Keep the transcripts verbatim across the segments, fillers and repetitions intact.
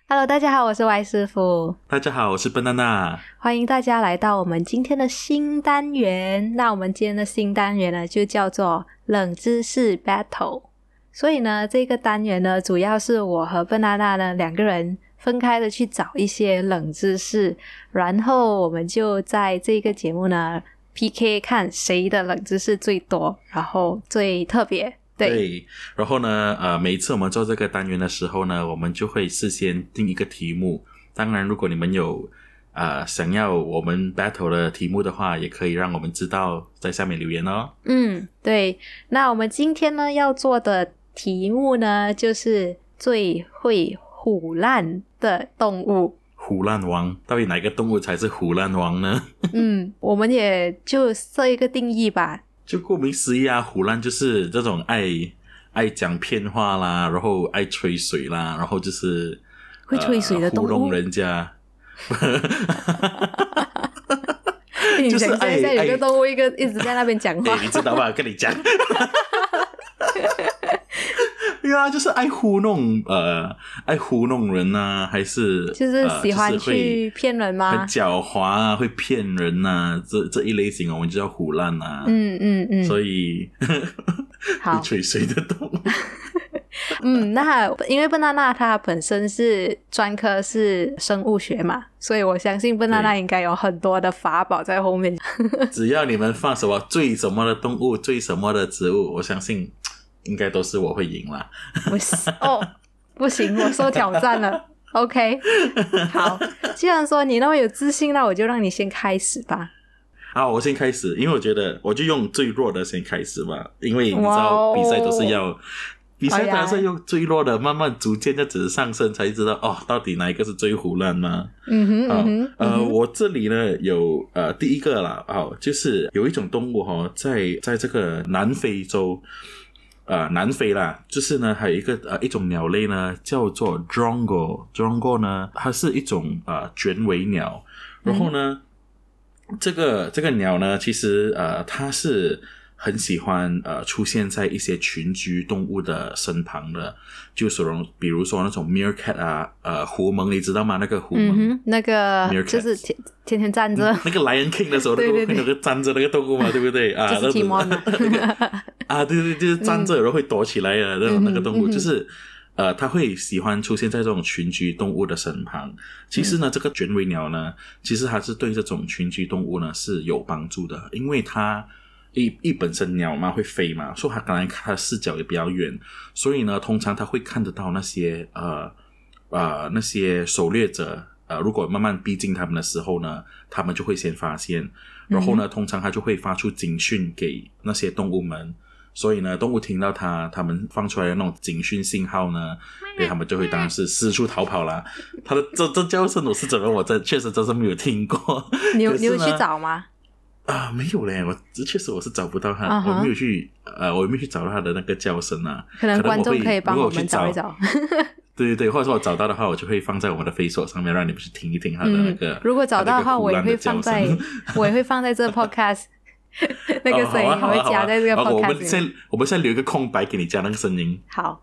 Hello， 大家好，我是 Y 师傅。 大家好，我是笨娜娜。 欢迎大家来到我们今天的新单元。那我们今天的新单元呢，就叫做冷知识 Battle。所以呢，这个单元呢，主要是我和笨娜娜呢两个人分开的去找一些冷知识，然后我们就在这个节目呢 P K 看谁的冷知识最多，然后最特别。对, 对，然后呢，呃，每一次我们做这个单元的时候呢，我们就会事先定一个题目。当然，如果你们有呃想要我们 battle 的题目的话，也可以让我们知道，在下面留言哦。 嗯，对。那我们今天呢要做的题目呢，就是最会唬烂的动物。 唬烂王，到底哪个动物才是唬烂王呢？ 嗯，我们也就设一个定义吧。 就顾名思义啊，唬烂就是这种爱爱讲骗话啦，然后爱吹水啦，然后就是会吹水的动物， 呃、糊弄人家。 你想象一下，有个动物一个一直在那边讲话， 你知道吧？跟你讲。对啊，就是爱糊弄呃，爱糊弄人啊，还是就是喜欢去骗人吗？ 很狡猾啊，会骗人啊，这这一类型我们就叫唬烂啊。 嗯嗯嗯。 所以会吹水的动物。 嗯，那因为笨娜娜她本身是专科是生物学嘛，所以我相信笨娜娜应该有很多的法宝在后面。 只要你们放什么最什么的动物，最什么的植物，我相信应该都是我会赢啦。 不是哦，不行，我受挑战了。OK， 好，既然说你那么有自信，那我就让你先开始吧。 好，我先开始，因为我觉得我就用最弱的先开始吧，因为你知道比赛都是要。比赛当然是用最弱的，慢慢逐渐的只是上升，才知道哦，到底哪一个是最唬烂吗？ 嗯哼，嗯哼， 呃， 嗯哼我这里呢有呃第一个啦，哦，就是有一种动物哦，在在这个南非洲，呃，南非啦，就是呢还有一个呃一种鸟类呢叫做 Drongo，Drongo 呢它是一种呃卷尾鸟，然后呢，嗯、这个这个鸟呢其实呃它是。很喜欢呃出现在一些群居动物的身旁的，就是比如说那种 meerkat 啊，呃狐獴，你知道吗？那个狐獴， 嗯、那个 meerkat 就是天天天站着、嗯， 那个 Lion King 的时候，那个那个站着那个动物嘛，对不对啊？ 就是 Timon 嘛、那個、 啊，对对，就是站着然后会躲起来的那种、嗯、那个动物，嗯、就是呃，它会喜欢出现在这种群居动物的身旁。其实呢，嗯、这个卷尾鸟呢，其实它是对这种群居动物呢是有帮助的，因为它。一一本身鸟嘛会飞嘛，所以它当然它的视角也比较远，所以呢，通常它会看得到那些呃呃那些狩猎者呃，如果慢慢逼近他们的时候呢，他们就会先发现，然后呢，通常它就会发出警讯给那些动物们，所以呢，动物听到它他们放出来的那种警讯信号呢，对他们就会当然是四处逃跑啦。它的这这叫声我是怎么我真确实真是没有听过， 你有你有去找吗？ 啊，没有嘞，我确实我是找不到它， uh-huh. 我没有去呃，我没有去找到它的那个叫声啊。 可能观众可以帮我们找一找。 对对对，或者说我找到的话，我就会放在我们的 Facebook 上面，让你们去听一听它的那个。 嗯、如果找到的话，我也会放在，我也会放在这个 podcast 那个声音，我、哦、会加在这个 podcast 里面。 我们先我们先留一个空白给你加那个声音。 好。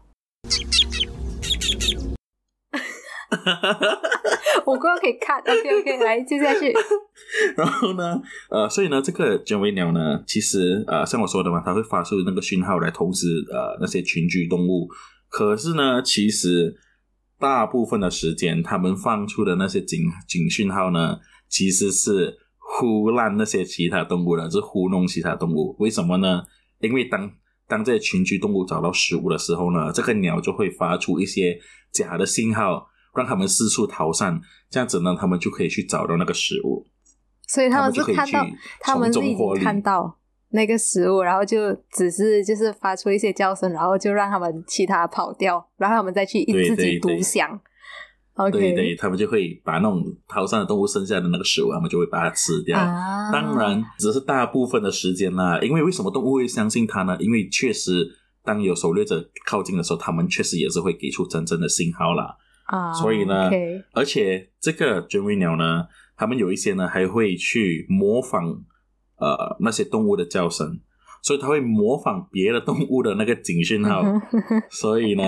我刚刚可以看 OK OK 来接下去。 然后呢呃，所以呢这个卷尾鸟呢其实呃像我说的嘛，它会发出那个讯号来通知呃那些群居动物，可是呢其实大部分的时间他们放出的那些警警讯号呢其实是唬烂那些其他动物的，是糊弄其他动物。为什么呢？因为当当这些群居动物找到食物的时候呢，这个鸟就会发出一些假的信号让他们四处逃散，这样子呢他们就可以去找到那个食物。 所以他们是看到他们是已经看到那个食物，然后就只是就是发出一些叫声，然后就让他们其他跑掉，然后他们再去自己独享。 Okay. 对对，他们就会把那种逃散的动物剩下的那个食物，他们就会把它吃掉。啊、当然只是大部分的时间啦，因为为什么动物会相信它呢？因为确实当有狩猎者靠近的时候，他们确实也是会给出真正的信号啦。啊，所以呢， okay. 而且这个卷尾鸟呢，他们有一些呢还会去模仿呃那些动物的叫声，所以它会模仿别的动物的那个警讯号。所以呢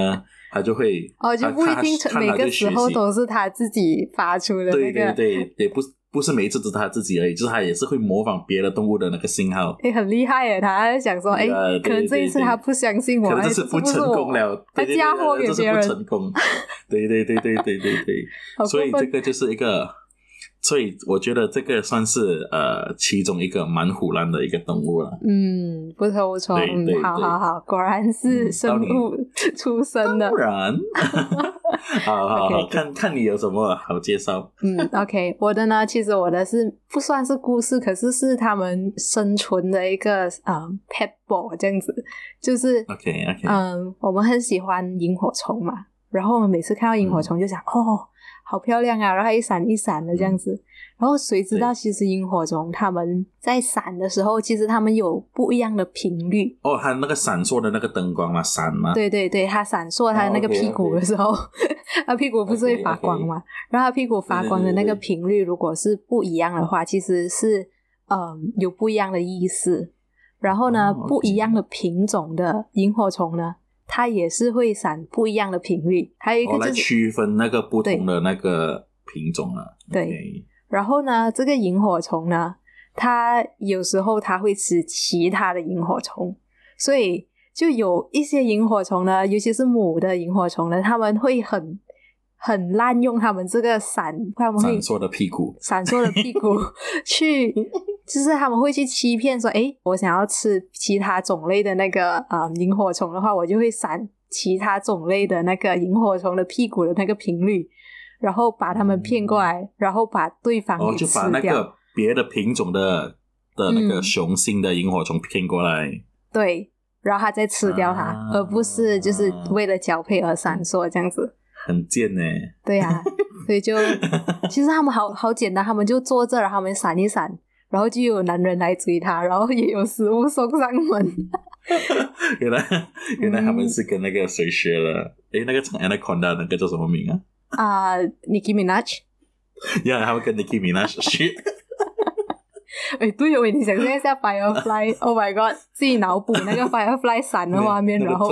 他就会哦，就不一定每个时候都是他自己发出的那个， 对对对，也不不是每一次都是他自己而已，就是他也是会模仿别的动物的那个信号。 诶，很厉害耶！他在想说，诶，可能这一次他不相信我， 可能这次不成功了， 他嫁祸给别人， 这是不成功。对对对对对对对，所以这个就是一个，所以我觉得这个算是呃其中一个蛮虎烂的一个动物了。 嗯，不错不错，嗯，好好好，果然是生物出身的， 当然。好好好， okay, 看看你有什么好介绍。 嗯 OK， 我的呢其实我的是不算是故事，可是是他们生存的一个嗯 pet ball 这样子，就是 OK OK， 嗯，我们很喜欢萤火虫嘛，然后我们每次看到萤火虫就想、嗯、哦好漂亮啊，然后它一闪一闪的这样子、嗯、然后谁知道其实萤火虫它们在闪的时候其实它们有不一样的频率。 哦，它那个闪烁的那个灯光嘛，闪嘛， 对对对，它闪烁它的那个屁股的时候、oh, okay, okay. 它屁股不是会发光吗？ okay, okay. 然后它屁股发光的那个频率如果是不一样的话，其实是嗯有不一样的意思。然后呢、oh, okay. 不一样的品种的萤火虫呢它也是会闪不一样的频率，还有一个就是、哦、 来区分那个不同的那个品种啊。 对、okay. 然后呢这个萤火虫呢它有时候它会吃其他的萤火虫，所以就有一些萤火虫呢，尤其是母的萤火虫呢，它们会很很滥用它们这个闪他们会闪烁的屁股闪烁的屁股去就是他们会去欺骗说，诶我想要吃其他种类的那个呃萤火虫的话，我就会闪其他种类的那个萤火虫的屁股的那个频率，然后把他们骗过来、嗯、然后把对方给吃掉、哦、 就把那个别的品种的的那个雄性的萤火虫骗过来、嗯、 对，然后他再吃掉它、啊、而不是就是为了交配而闪烁这样子， 很贱耶。 对啊，所以就其实他们好好简单，他们就坐这然后他们闪一闪，然后就有男人来追他，然后也有食物送上门原来原来他们是跟那个谁学了、嗯、诶那个唱 Anaconda 那个叫什么名啊？ 啊、uh, Nicki Minaj 呀、yeah, 他们跟 Nicki Minaj 学哎，对哦，你想象一下 Firefly Oh my god 自己脑补那个 Firefly 闪的画面然后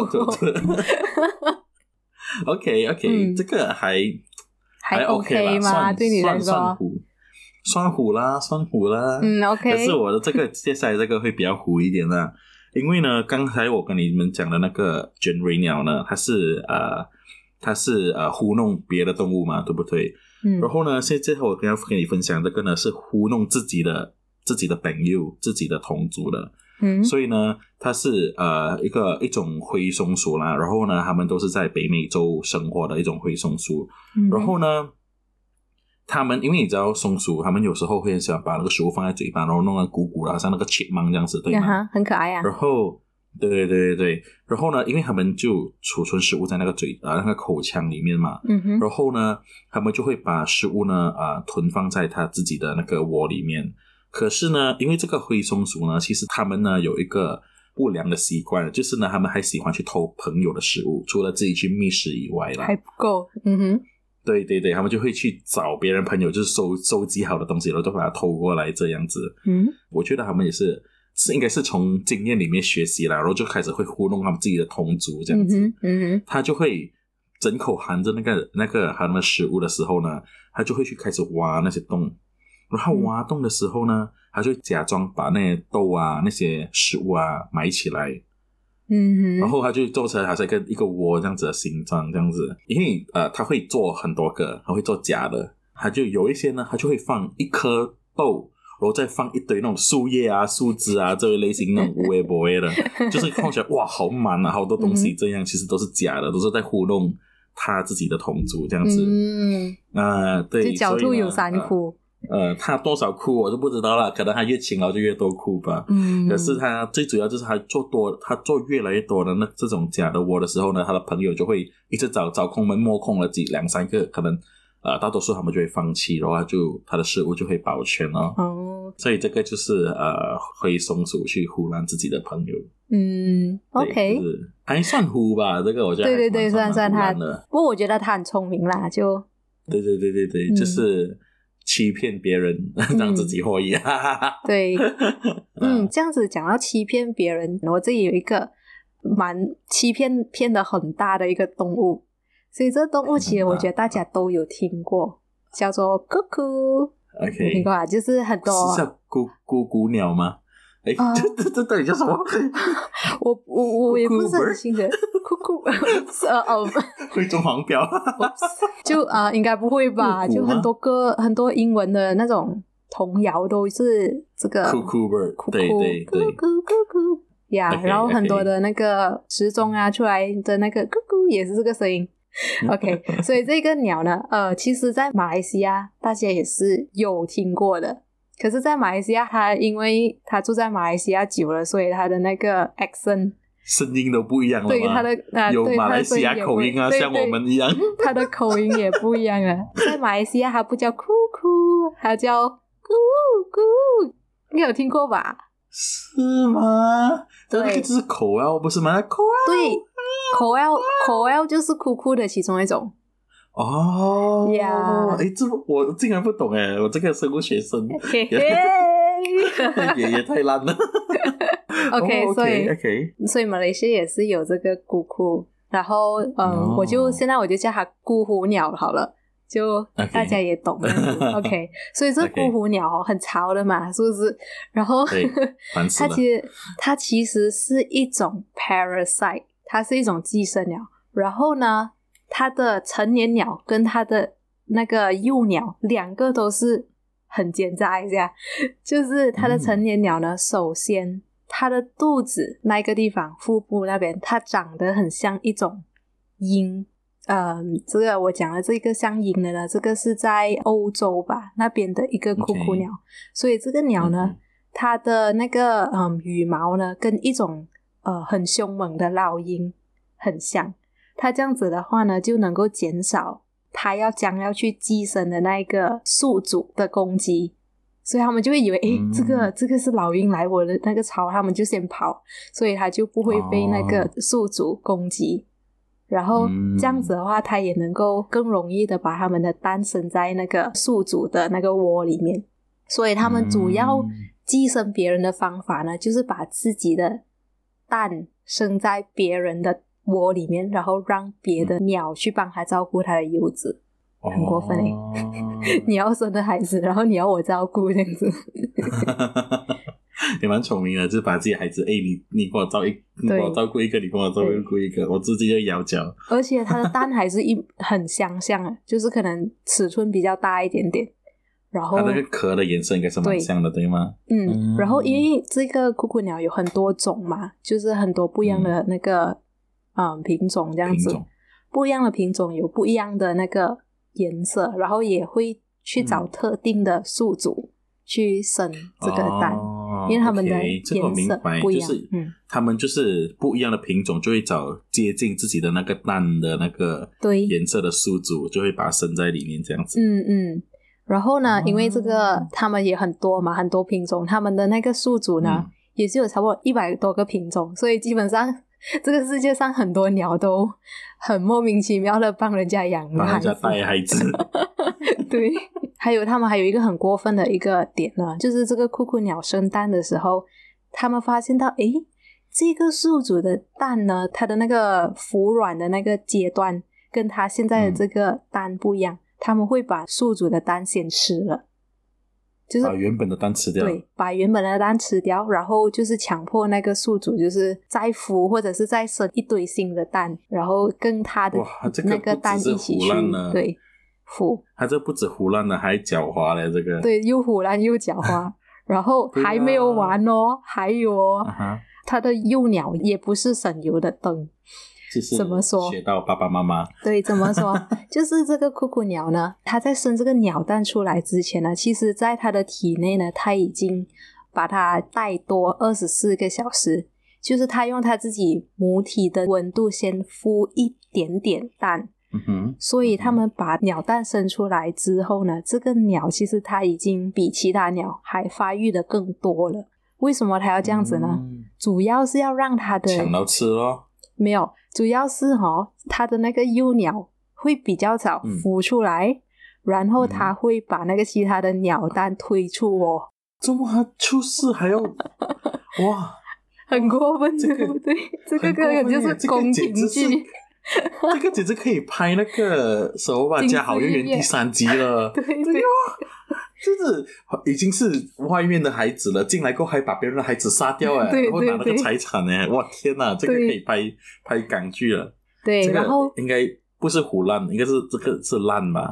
OK OK、嗯、这个还还 OK, OK 吗？ 算对你来说算虎算虎啦算虎啦嗯 OK， 可是我的这个接下来这个会比较虎一点啦，因为呢刚才我跟你们讲的那个卷尾鸟呢它是呃它是呃糊弄别的动物嘛，对不对？嗯，然后呢现在我跟要跟你分享这个呢是糊弄自己的自己的朋友自己的同族的。嗯，所以呢它是呃一个一种灰松鼠啦，然后呢他们都是在北美洲生活的一种灰松鼠、嗯、然后呢他们因为你知道松鼠他们有时候会很喜欢把那个食物放在嘴巴然后弄得鼓鼓的像那个 chipmunk 这样子，对吗、 嗯、很可爱啊。 然后对对对对对，然后呢因为他们就储存食物在那个嘴啊、呃、那个口腔里面嘛，嗯哼，然后呢他们就会把食物呢啊、呃、囤放在他自己的那个窝里面。可是呢因为这个灰松鼠呢其实他们呢有一个不良的习惯，就是呢他们还喜欢去偷朋友的食物，除了自己去觅食以外啦还不够。嗯哼， 对对对，他们就会去找别人朋友就是收收集好的东西然后就把它偷过来这样子。嗯，我觉得他们也是是应该是从经验里面学习啦，然后就开始会糊弄他们自己的同族这样子。嗯哼，嗯哼，他就会整口含着那个那个他们的食物的时候呢他就会去开始挖那些洞，然后挖洞的时候呢、嗯、他就假装把那些豆啊那些食物啊埋起来，嗯哼，然后他就做出来好像一个一个窝这样子的形状这样子。因为呃他会做很多个，他会做假的，他就有一些呢他就会放一颗豆然后再放一堆那种树叶啊树枝啊这一类型那种无微不微的就是看起来哇好满啊好多东西，这样、嗯、其实都是假的，都是在糊弄他自己的同族这样子。嗯啊、呃、对， 就狡兔有三窟。 呃，他多少窟我就不知道了，可能他越勤劳就越多窟吧。嗯，可是他最主要就是他做多，他做越来越多的那这种假的窝的时候呢，他的朋友就会一直找找空门摸空了几两三个，可能呃大多数他们就会放弃，然后他就他的食物就会保全哦。哦，所以这个就是呃灰松鼠去唬烂自己的朋友。嗯 ，OK， 就是还算唬吧，这个我觉得还对对对，算算他的。 不过我觉得他很聪明啦，就对对对对对，嗯、就是欺骗别人，让自己获益。嗯、 对，嗯，这样子讲到欺骗别人，我这里有一个蛮欺骗骗的很大的一个动物， 所以这动物其实我觉得大家都有听过，叫做 cuckoo。 OK， 有听过啊？就是很多是叫咕咕咕鸟吗？哎、呃，这这这到底叫什么？ 我我我也不是很清楚。cuckoo 呃哦， 会中黄标？ 就啊、呃，应该不会吧？就很多个很多英文的那种童谣都是这个 cuckoo bird， 对对对 cuckoo cuckoo 呀、yeah, 然后很多的那个时钟啊出来的那个 cuckoo 也是这个声音。OK， 所以这个鸟呢，呃，其实在马来西亚大家也是有听过的。可是在马来西亚，他因为他住在马来西亚久了，所以他的那个 accent 声音都不一样了吗？ 对他的、呃、 有马来西亚口音啊，像我们一样， 他的口音也不一样啊。在马来西亚，他不叫 cuckoo， 他叫 goo goo， 你有听过吧？ 是吗？对，那个就是口 L 不是吗？口 L 对，口 L 口 L 就是哭哭的其中一种。 哦呀， 哎，这我竟然不懂哎，我这个生物学生嘿嘿也也太烂了。 OK， oh, 所以 OK， 所以马来西亚也是有这个姑姑，然后嗯， oh. 我就现在我就叫它孤虎鸟好了，就大家也懂了。Okay. OK， 所以这孤虎鸟、哦、很潮的嘛，是不是？然后它其实它其实是一种 parasite， 它是一种寄生鸟。然后呢，它的成年鸟跟它的那个幼鸟两个都是很奸诈一下，就是它的成年鸟呢，嗯、首先它的肚子那个地方，腹部那边，它长得很像一种鹰。嗯，这个我讲的这个像鹰的呢，这个是在欧洲吧那边的一个库库鸟， okay. 所以这个鸟呢，嗯、它的那个嗯羽毛呢，跟一种呃很凶猛的老鹰很像。它这样子的话呢，就能够减少它要将要去寄生的那一个宿主的攻击，所以他们就会以为，诶，嗯、这个这个是老鹰来我的那个巢，他们就先跑，所以它就不会被那个宿主攻击。哦，然后这样子的话，它也能够更容易的把它们的蛋生在那个宿主的那个窝里面。所以他们主要寄生别人的方法呢，就是把自己的蛋生在别人的窝里面，然后让别的鸟去帮他照顾他的幼子。嗯、很过分耶、欸、你要生的孩子，然后你要我照顾这样子。 也蛮聪明的，就是把自己的孩子，哎，你你帮我照一，你帮我照顾一个，你帮我照顾一个，我自己就摇脚。 而且它的蛋还是一很相像的，就是可能尺寸比较大一点点。然后它那个壳的颜色应该是蛮像的， 对, 对吗？ 嗯，嗯然后因为这个库库鸟有很多种嘛，就是很多不一样的那个嗯, 嗯品种这样子，不一样的品种有不一样的那个颜色，然后也会去找特定的宿主。嗯去生这个蛋、哦、因为他们的颜色不一样、 okay, 就是嗯，他们就是不一样的品种就会找接近自己的那个蛋的那个颜色的宿主，就会把它生在里面这样子。 嗯嗯，然后呢、哦、因为这个他们也很多嘛，很多品种，他们的那个宿主呢、嗯、也是有差不多一百多个品种，所以基本上这个世界上很多鸟都很莫名其妙的帮人家养帮人家带孩子。 对，还有他们还有一个很过分的一个点呢，就是这个库库鸟生蛋的时候，他们发现到诶，这个宿主的蛋呢，它的那个孵卵的那个阶段跟它现在的这个蛋不一样、嗯、他们会把宿主的蛋先吃了，就是把原本的蛋吃掉。 对，把原本的蛋吃掉，然后就是强迫那个宿主就是再孵或者是再生一堆新的蛋，然后跟它的那个蛋一起去、這個、对孵。 他这不止胡乱的，还狡猾嘞，这个对，又胡乱又狡猾。然后还没有完哦、啊、还有哦、uh-huh. 他的幼鸟也不是省油的灯。 就是怎么说？ 学到爸爸妈妈。 对，怎么说？就是这个库库鸟呢，它在生这个鸟蛋出来之前呢，其实在它的体内呢，它已经把它带多二十四个小时，就是它用它自己母体的温度先孵一点点蛋。 嗯哼， 所以他们把鸟蛋生出来之后呢，这个鸟其实它已经比其他鸟还发育的更多了。为什么它要这样子呢？嗯、主要是要让它的抢到吃咯。 没有，主要是哦，它的那个幼鸟会比较早孵出来、嗯、然后它会把那个其他的鸟蛋推出哦。 怎么还出事还要哇， 很过分，对不对？这个根本就是宫廷剧。 这个简直可以拍那个什么吧，《家好月圆》第三集了。 对对对哦，就是已经是外面的孩子了，进来过后还把别人的孩子杀掉哎，然后拿那个财产哎，哇天哪，这个可以拍拍港剧了。 对， 这个然后应该不是胡烂，应该是这个是烂吧。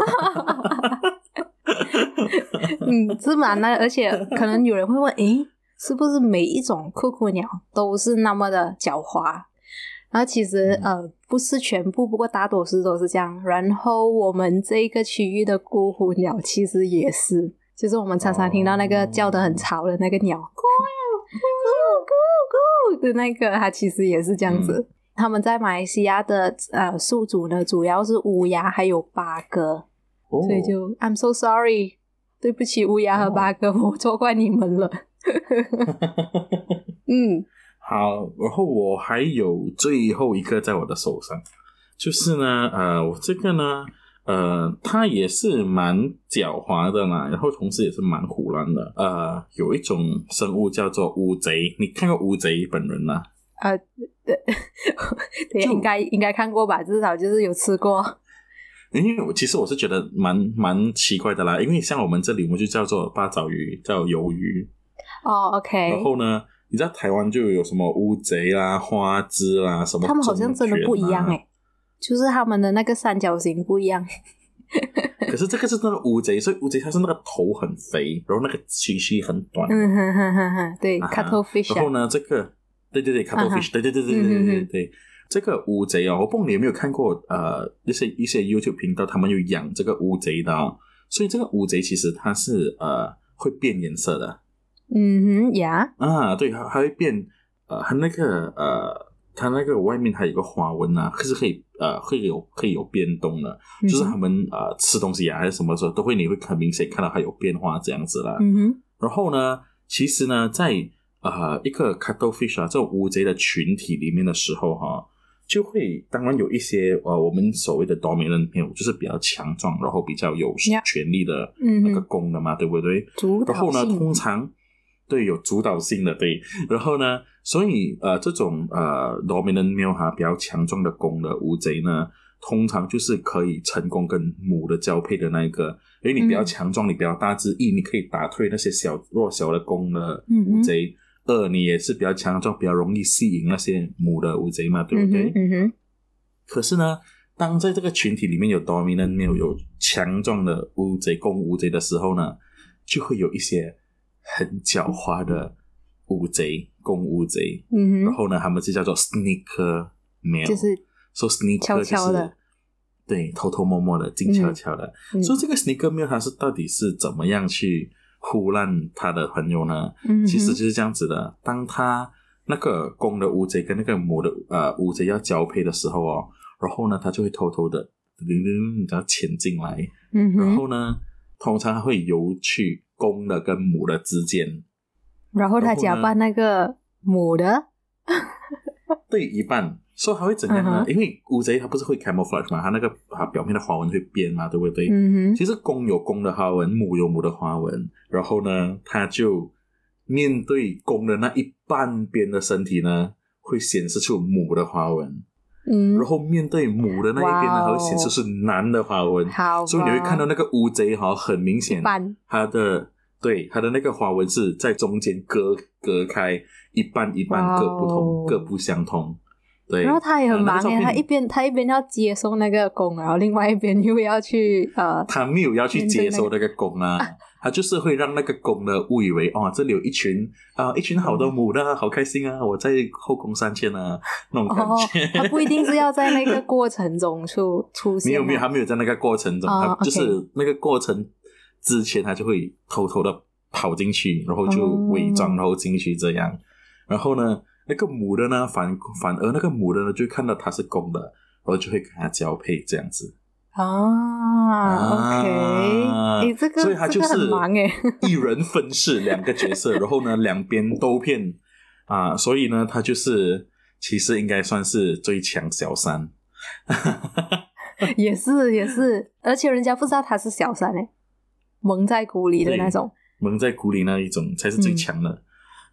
嗯，是蛮烂，而且可能有人会问，诶，是不是每一种酷酷鸟都是那么的狡猾？然后其实、嗯、呃不是全部，不过大多数都是这样。然后我们这一个区域的孤虎鸟其实也是，就是我们常常听到那个叫得很吵的那个鸟，咕咕咕咕的那个，它其实也是这样子。嗯，他们在马来西亚的呃宿主呢，主要是乌鸦还有八哥，哦、所以就 I'm so sorry， 对不起乌鸦和八哥，哦、我错怪你们了。嗯。 好，然后我还有最后一个在我的手上，就是呢，呃，我这个呢，呃，它也是蛮狡猾的啦，然后同时也是蛮唬烂的。呃，有一种生物叫做乌贼，你看过乌贼本人吗？ 呃，对，对，应该应该看过吧，至少就是有吃过。 因为我其实我是觉得蛮蛮奇怪的啦，因为像我们这里我们就叫做八爪鱼，叫鱿鱼。 哦 ，OK。 然后呢？你知道台湾就有什么乌贼啦、花枝啦什么、啊？ 他们好像真的不一样诶、欸、就是他们的那个三角形不一样。 可是这个是那个乌贼，所以乌贼它是那个头很肥，然后那个须须很短。 嗯哼哼哼哼，对、啊、，cuttlefish、啊。 然后呢，这个对对对 ，cuttlefish，、啊、对对对对对对对对对、嗯，这个乌贼哦，我不知道你有没有看过呃一些一些 YouTube 频道，他们有养这个乌贼的、哦，所以这个乌贼其实它是呃会变颜色的。 嗯哼呀， 啊，对，它还会变，呃，它那个呃，它那个外面还有一个花纹啊，可是可以呃，会有可以有变动的，嗯、就是他们呃吃东西啊还是什么时候都会，你会很明显看到它有变化这样子啦。 嗯哼， 然后呢，其实呢，在呃一个 cuttlefish 啊这种乌贼的群体里面的时候哈、啊，就会当然有一些呃我们所谓的 dominant male， 就是比较强壮，然后比较有权力的那个公的嘛， yeah. 对不对？ 主导性。 然后呢，通常对有主导性的对，然后呢，所以呃这种呃 dominant male 哈比较强壮的公的乌贼呢，通常就是可以成功跟母的交配的那一个，因为你比较强壮，嗯、你比较大只，一你可以打退那些小弱小的公的乌贼。嗯二，你也是比较强壮，比较容易吸引那些母的乌贼嘛，对不对？ 嗯哼。 可是呢，当在这个群体里面有 dominant male 有强壮的乌贼公乌贼的时候呢，就会有一些很狡猾的乌贼公乌贼。嗯哼。然后呢，他们就叫做 sneaker male， 就是说 so sneaker 悄悄的， 就是对，偷偷摸摸的，静悄悄的。所以、嗯 so 这个 sneaker male 它是到底是怎么样去唬烂他的朋友呢？嗯、其实就是这样子的。当他那个公的乌贼跟那个母的呃乌贼要交配的时候哦，然后呢，他就会偷偷的你知道潜进来，嗯、然后呢，通常会游去公的跟母的之间， 然后他假扮那个母的， 对，一半。所以它会怎样呢？ Uh-huh. 因为乌贼它不是会 camouflage 嘛，它那个它表面的花纹会变嘛，对不对？嗯哼。其实公有公的花纹，母有母的花纹，然后呢，它就面对公的那一半边的身体呢，会显示出母的花纹。嗯。然后面对母的那一边呢，它会显示出男的花纹。 好。 所以你会看到那个乌贼哈，很明显，它的对它的那个花纹是在中间隔隔开一半一半，各不同，各不相同。对， 然后他也很忙耶、呃那個、他一边他一边要接收那个公，然后另外一边又要去呃， 他没有要去接收那个公啊，他就是会让那个公呢误以为哦，这里有一群啊、呃、一群好多母的、嗯，好开心啊，我在后宫三千啊那种感觉。哦、他不一定是要在那个过程中出出现， 没有没有，他没有在那个过程中， 哦、 他就是那个过程之前，他就会偷偷的跑进去，然后就伪装，然后进去这样，然后呢。那个母的呢，反反而那个母的呢，就看到他是公的，然后就会跟他交配这样子。 啊 ，OK， 诶，这个所以他就是这个很忙诶， 一人分饰两个角色，然后呢，两边都骗啊，所以呢，他就是其实应该算是最强小三。 也是也是，而且人家不知道他是小三诶，蒙在鼓里的那种， 蒙在鼓里那一种才是最强的。嗯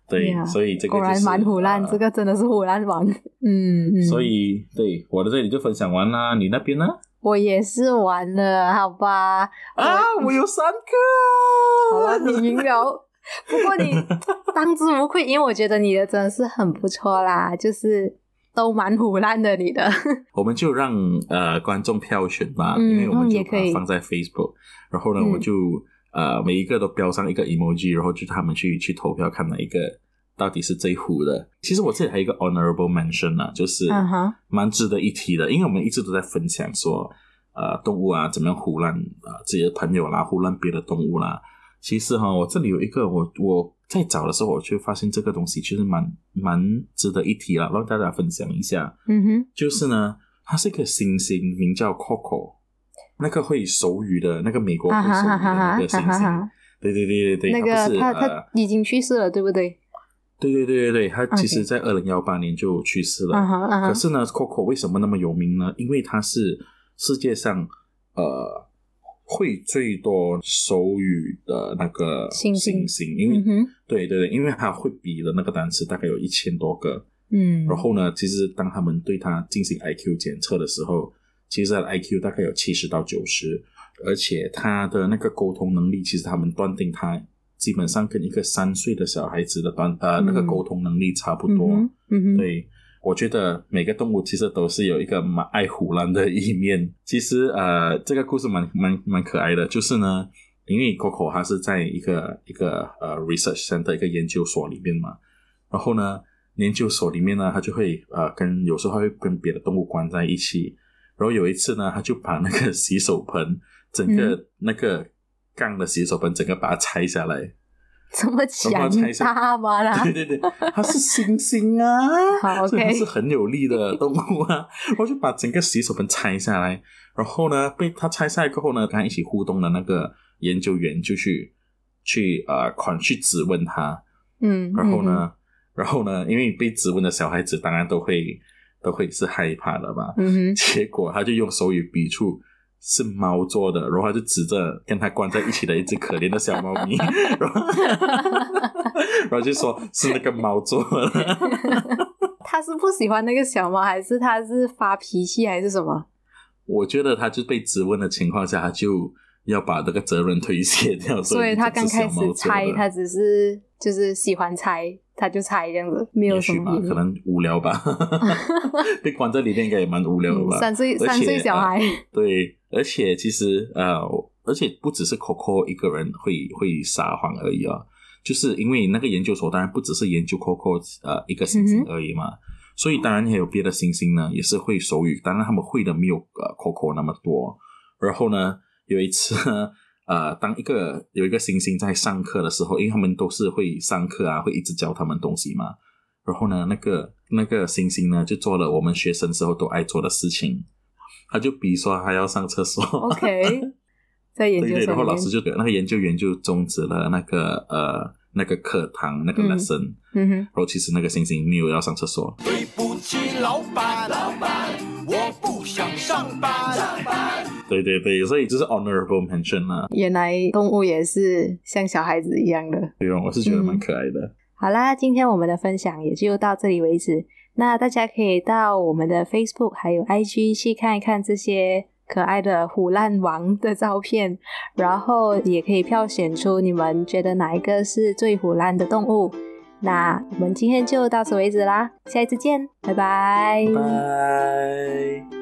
对， Yeah, 所以这个、就是、 果然蛮唬烂、呃、这个真的是唬烂王。嗯嗯， 所以对我的这里就分享完啦，你那边呢？ 我也是玩了，好吧。 啊，我有三个。 好了，你赢了。不过你当之无愧，因为我觉得你的真的是很不错啦，就是都蛮唬烂的你的。 我们就让呃观众票选吧、 嗯、 因为我们就把它放在 Facebook、嗯、然后呢、嗯、我就呃每一个都标上一个 emoji， 然后就他们去去投票看哪一个到底是最唬的。其实我这里还有一个 honorable mention 啊，就是蛮值得一提的，因为我们一直都在分享说呃动物啊怎么样唬烂呃自己的朋友啦，唬烂别的动物啦。其实哈，我这里有一个我我在找的时候，我就发现这个东西其实蛮蛮值得一提啦，让大家分享一下。 嗯哼， 就是呢，它是一个猩猩，名叫 Coco， 那个会手语的那个美国会手语的那个猩猩。啊、哈哈哈哈对对对对对， 那个他他、 他已经去世了，对不对？ 对对对对对，他其实在二零一八年就去世了。 Okay. Uh-huh, uh-huh. 可是呢 ，Coco 为什么那么有名呢？因为他是世界上呃。会最多手语的那个猩猩，因为、嗯、对对对，因为他会比的那个单词大概有一千多个， 嗯， 然后呢，其实当他们对他进行 I Q 检测的时候，其实他的 I Q 大概有七十到九十，而且他的那个沟通能力，其实他们断定他基本上跟一个三岁的小孩子的断呃、嗯、那个沟通能力差不多， 嗯嗯、 对。我觉得每个动物其实都是有一个蛮爱唬烂的一面。其实呃，这个故事蛮蛮蛮可爱的，就是呢，因为 Coco 它是在一个一个呃 research center 一个研究所里面嘛，然后呢，研究所里面呢，它就会呃跟有时候它会跟别的动物关在一起，然后有一次呢，它就把那个洗手盆整个、嗯、那个钢的洗手盆整个把它拆下来。 这么强大吗啦？ 对对对，它是猩猩啊， 好 OK， 所以它是很有力的动物啊。我就把整个洗手盆拆下来，然后呢，被它拆下来过后呢，跟它一起互动的那个研究员就去去呃，款去质问他， 嗯， 然后呢，嗯、然后呢，因为被质问的小孩子当然都会都会是害怕的嘛， 嗯哼， 结果他就用手语比出。是猫做的，然后他就指着跟他关在一起的一只可怜的小猫咪，然后然后就说是那个猫做的。 他是不喜欢那个小猫，还是他是发脾气，还是什么？ 我觉得他就被质问的情况下，他就要把这个责任推卸掉， 所以他刚开始猜，他只是就是喜欢猜。他就猜这样子，没有什么也许吧，可能无聊吧。被关在里面应该也蛮无聊的吧。 嗯、三岁三岁小孩、 呃，对，而且其实呃，而且不只是 Coco 一个人会会撒谎而已啊，就是因为那个研究所当然不只是研究 Coco 呃一个猩猩而已嘛，嗯、所以当然也有别的猩猩呢，也是会手语，当然他们会的没有呃 Coco 那么多。然后呢，有一次呢。呃，当一个有一个猩猩在上课的时候，因为他们都是会上课啊，会一直教他们东西嘛。然后呢，那个那个猩猩呢，就做了我们学生时候都爱做的事情，他就比如说他要上厕所。 OK， 在研究所里面， 对对，然后老师就那个研究员就终止了那个呃那个课堂那个 lesson， 嗯哼， 然后其实那个猩猩没有要上厕所。 对不起，老板，老板，我不想上班，上班。 对对对，所以这是 honorable mention 啦。 原来动物也是像小孩子一样的。 对哦，我是觉得蛮可爱的、嗯。 好啦，今天我们的分享也就到这里为止。那大家可以到我们的 Facebook 还有 I G 去看一看这些可爱的唬烂王的照片，然后也可以票选出你们觉得哪一个是最唬烂的动物。那我们今天就到此为止啦，下一次见，拜拜。 拜。